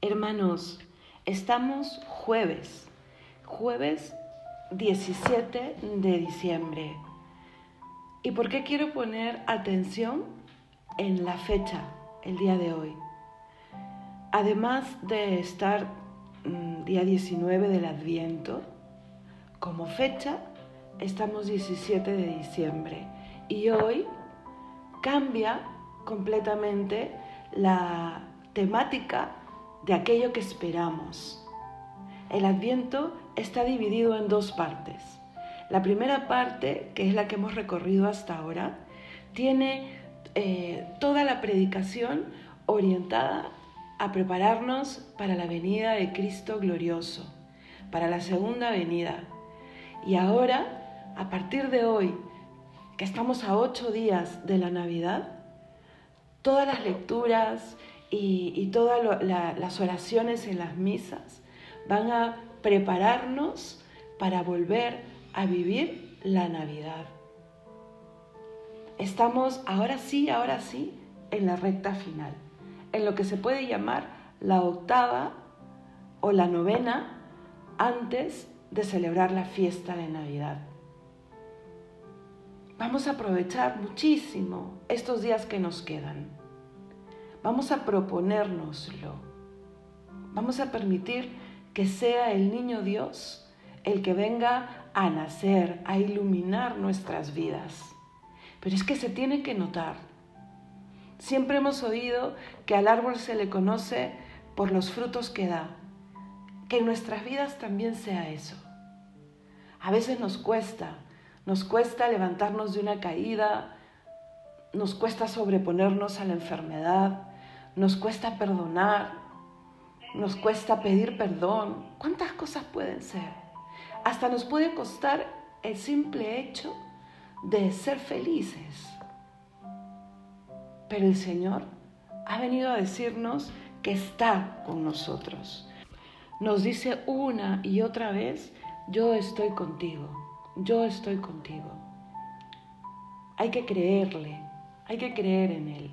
Hermanos, estamos jueves 17 de diciembre. ¿Y por qué quiero poner atención en la fecha, el día de hoy? Además de estar día 19 del Adviento, como fecha estamos 17 de diciembre y hoy cambia completamente la temática de aquello que esperamos. El Adviento está dividido en dos partes. La primera parte, que es la que hemos recorrido hasta ahora, tiene toda la predicación orientada a prepararnos para la venida de Cristo glorioso, para la segunda venida. Y ahora, a partir de hoy, que estamos a 8 días de la Navidad, todas las lecturas y todas las oraciones en las misas van a prepararnos para volver a vivir la Navidad. Estamos ahora sí, en la recta final, en lo que se puede llamar la octava o la novena antes de celebrar la fiesta de Navidad. Vamos a aprovechar muchísimo estos días que nos quedan. Vamos a proponérnoslo. Vamos a permitir que sea el niño Dios el que venga a nacer, a iluminar nuestras vidas. Pero es que se tiene que notar. Siempre hemos oído que al árbol se le conoce por los frutos que da. Que en nuestras vidas también sea eso. A veces nos cuesta levantarnos de una caída, nos cuesta sobreponernos a la enfermedad, nos cuesta perdonar, nos cuesta pedir perdón. ¿Cuántas cosas pueden ser? Hasta nos puede costar el simple hecho de ser felices. Pero el Señor ha venido a decirnos que está con nosotros. Nos dice una y otra vez, yo estoy contigo, yo estoy contigo. Hay que creerle, hay que creer en Él.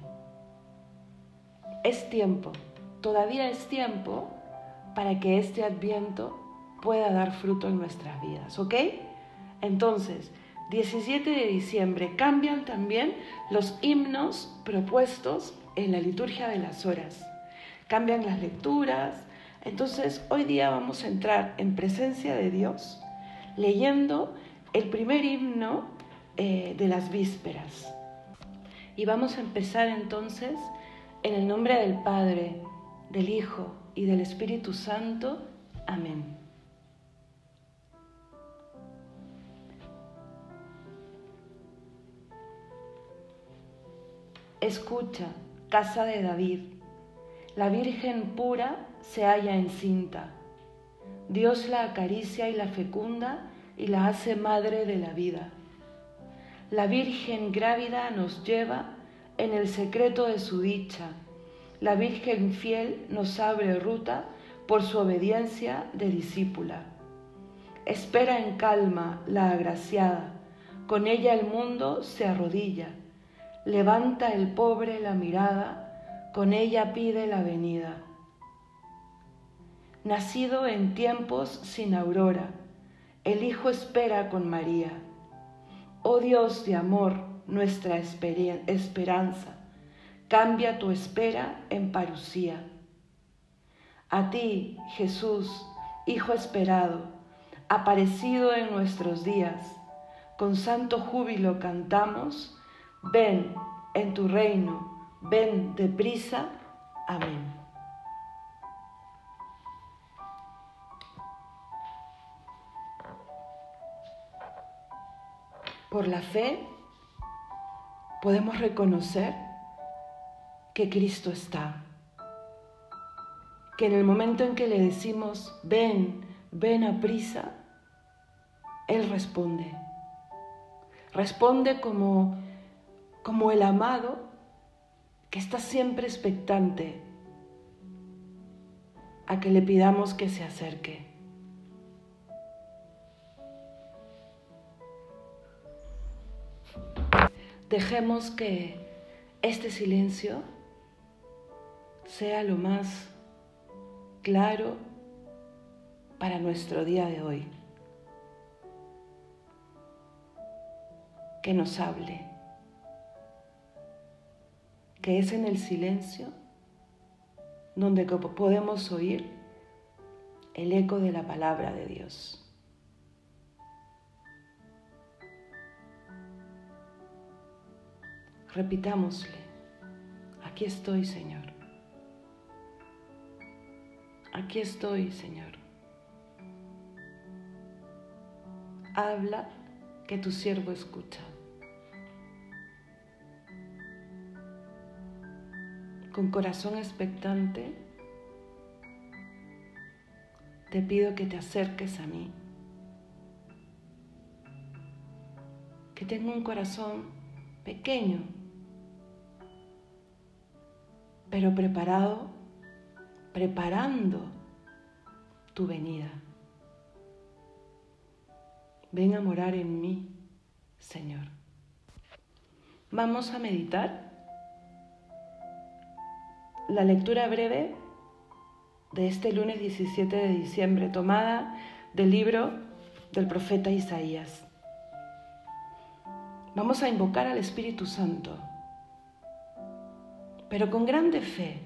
Es tiempo, todavía es tiempo para que este Adviento pueda dar fruto en nuestras vidas, ¿ok? Entonces, 17 de diciembre cambian también los himnos propuestos en la liturgia de las horas. Cambian las lecturas. Entonces, hoy día vamos a entrar en presencia de Dios leyendo el primer himno de las vísperas. Y vamos a empezar entonces en el nombre del Padre, del Hijo y del Espíritu Santo. Amén. Escucha, casa de David, la Virgen pura se halla encinta. Dios la acaricia y la fecunda y la hace madre de la vida. La Virgen grávida nos lleva en el secreto de su dicha. La Virgen fiel nos abre ruta por su obediencia de discípula. Espera en calma la agraciada, con ella el mundo se arrodilla. Levanta el pobre la mirada, con ella pide la venida. Nacido en tiempos sin aurora, el Hijo espera con María. Oh Dios de amor, nuestra esperanza, cambia tu espera en parusía. A ti, Jesús, Hijo esperado, aparecido en nuestros días, con santo júbilo cantamos, ven en tu reino, ven deprisa. Amén. Por la fe podemos reconocer que Cristo está, que en el momento en que le decimos ven, ven aprisa, Él responde. Responde como el amado que está siempre expectante a que le pidamos que se acerque. Dejemos que este silencio sea lo más claro para nuestro día de hoy. Que nos hable, que es en el silencio donde podemos oír el eco de la palabra de Dios. Repitámosle: aquí estoy, Señor. Aquí estoy, Señor. Habla, que tu siervo escucha. Con corazón expectante, te pido que te acerques a mí, que tenga un corazón pequeño, pero preparando tu venida. Ven a morar en mí, Señor. Vamos a meditar la lectura breve de este lunes 17 de diciembre, tomada del libro del profeta Isaías. Vamos a invocar al Espíritu Santo, pero con grande fe.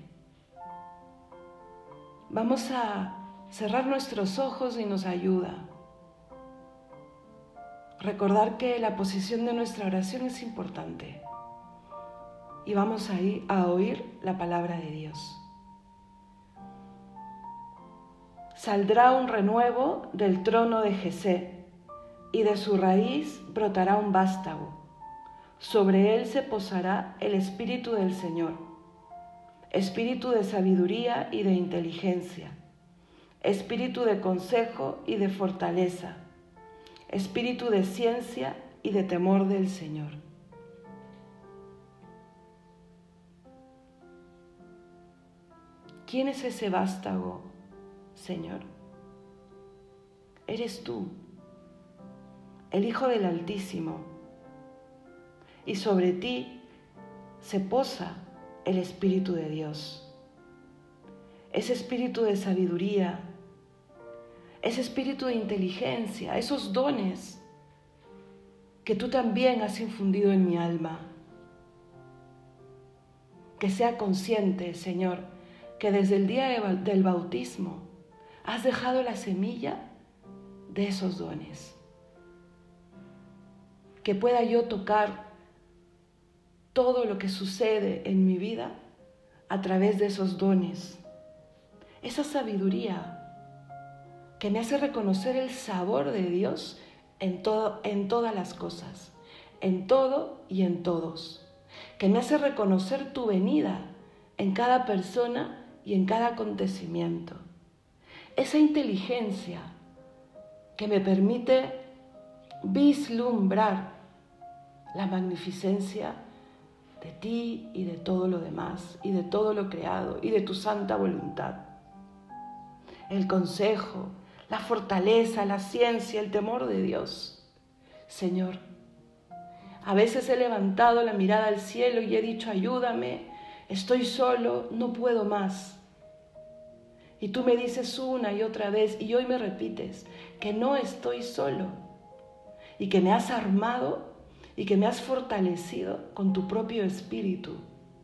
Vamos a cerrar nuestros ojos y nos ayuda. Recordar que la posición de nuestra oración es importante. Y vamos a oír la palabra de Dios. Saldrá un renuevo del trono de Jesé, y de su raíz brotará un vástago. Sobre él se posará el Espíritu del Señor, Espíritu de sabiduría y de inteligencia, Espíritu de consejo y de fortaleza, Espíritu de ciencia y de temor del Señor. ¿Quién es ese vástago, Señor? Eres tú, el Hijo del Altísimo, y sobre ti se posa el Espíritu de Dios. Ese espíritu de sabiduría, ese espíritu de inteligencia, esos dones que tú también has infundido en mi alma. Que sea consciente, Señor, que desde el día del bautismo has dejado la semilla de esos dones. Que pueda yo tocar todo lo que sucede en mi vida a través de esos dones. Esa sabiduría que me hace reconocer el sabor de Dios en todas las cosas, en todo y en todos. Que me hace reconocer tu venida en cada persona y en cada acontecimiento. Esa inteligencia que me permite vislumbrar la magnificencia de ti y de todo lo demás, y de todo lo creado, y de tu santa voluntad. El consejo, la fortaleza, la ciencia, el temor de Dios. Señor, a veces he levantado la mirada al cielo y he dicho: ayúdame, estoy solo, no puedo más. Y tú me dices una y otra vez, y hoy me repites, que no estoy solo, y que me has armado y que me has fortalecido con tu propio espíritu.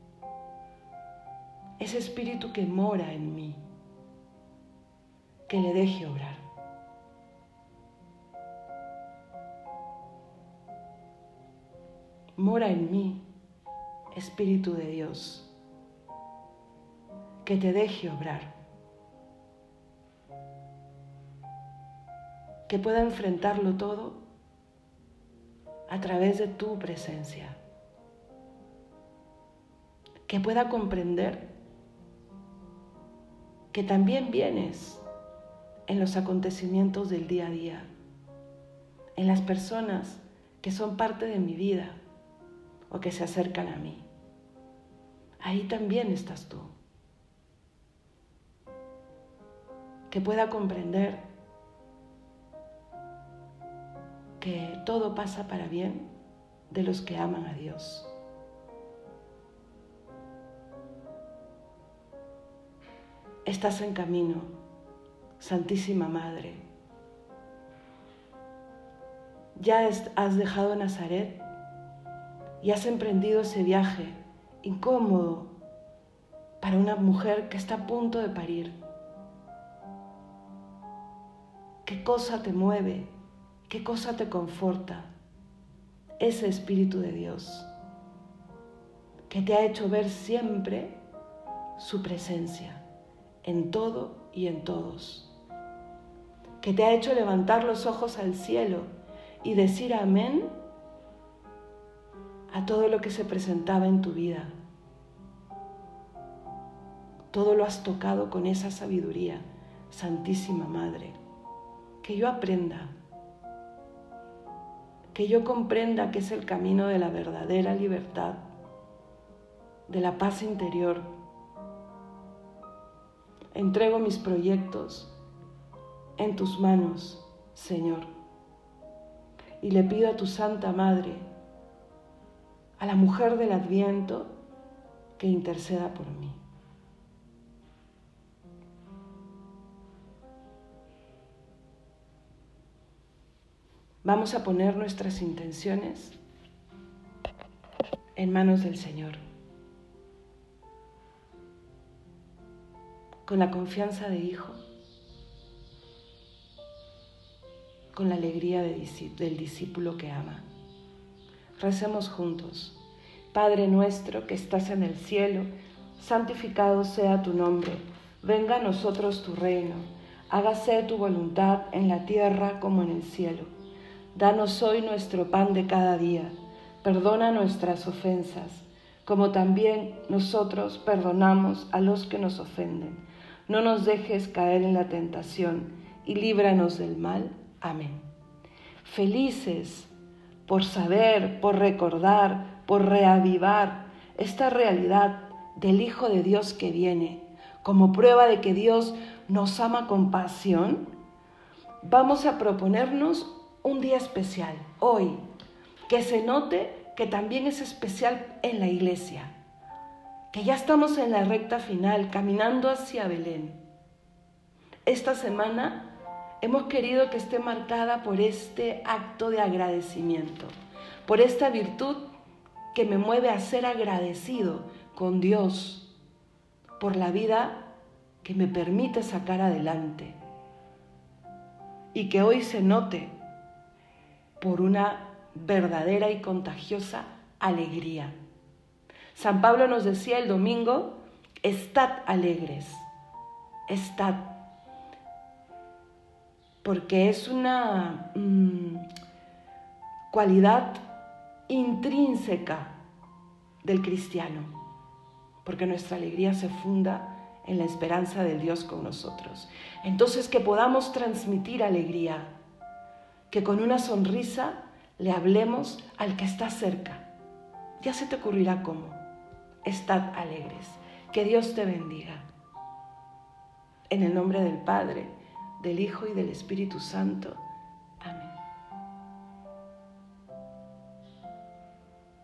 Ese espíritu que mora en mí, que le deje obrar. Mora en mí, Espíritu de Dios, que te deje obrar, que pueda enfrentarlo todo a través de tu presencia, que pueda comprender que también vienes en los acontecimientos del día a día, en las personas que son parte de mi vida o que se acercan a mí. Ahí también estás tú. Que pueda comprender que todo pasa para bien de los que aman a Dios. estás en camino, Santísima Madre. Ya has dejado Nazaret y has emprendido ese viaje incómodo para una mujer que está a punto de parir. ¿Qué cosa te mueve? ¿Qué cosa te conforta? Ese Espíritu de Dios que te ha hecho ver siempre su presencia en todo y en todos, que te ha hecho levantar los ojos al cielo y decir amén a todo lo que se presentaba en tu vida. Todo lo has tocado con esa sabiduría, Santísima Madre. Que yo aprenda, que yo comprenda que es el camino de la verdadera libertad, de la paz interior. Entrego mis proyectos en tus manos, Señor, y le pido a tu Santa Madre, a la mujer del Adviento, que interceda por mí. Vamos a poner nuestras intenciones en manos del Señor, con la confianza de hijo, con la alegría del discípulo que ama. Recemos juntos. Padre nuestro que estás en el cielo, santificado sea tu nombre. Venga a nosotros tu reino. Hágase tu voluntad en la tierra como en el cielo. Danos hoy nuestro pan de cada día. Perdona nuestras ofensas, como también nosotros perdonamos a los que nos ofenden. No nos dejes caer en la tentación y líbranos del mal. Amén. Felices por saber, por recordar, por reavivar esta realidad del Hijo de Dios que viene, como prueba de que Dios nos ama con pasión, vamos a proponernos un día especial, hoy, que se note que también es especial en la iglesia, que ya estamos en la recta final, caminando hacia Belén. Esta semana hemos querido que esté marcada por este acto de agradecimiento, por esta virtud que me mueve a ser agradecido con Dios, por la vida que me permite sacar adelante y que hoy se note por una verdadera y contagiosa alegría. San Pablo nos decía el domingo, estad alegres, estad, porque es una cualidad intrínseca del cristiano, porque nuestra alegría se funda en la esperanza del Dios con nosotros. Entonces, que podamos transmitir alegría, que con una sonrisa le hablemos al que está cerca. Ya se te ocurrirá cómo. Estad alegres. Que Dios te bendiga. En el nombre del Padre, del Hijo y del Espíritu Santo.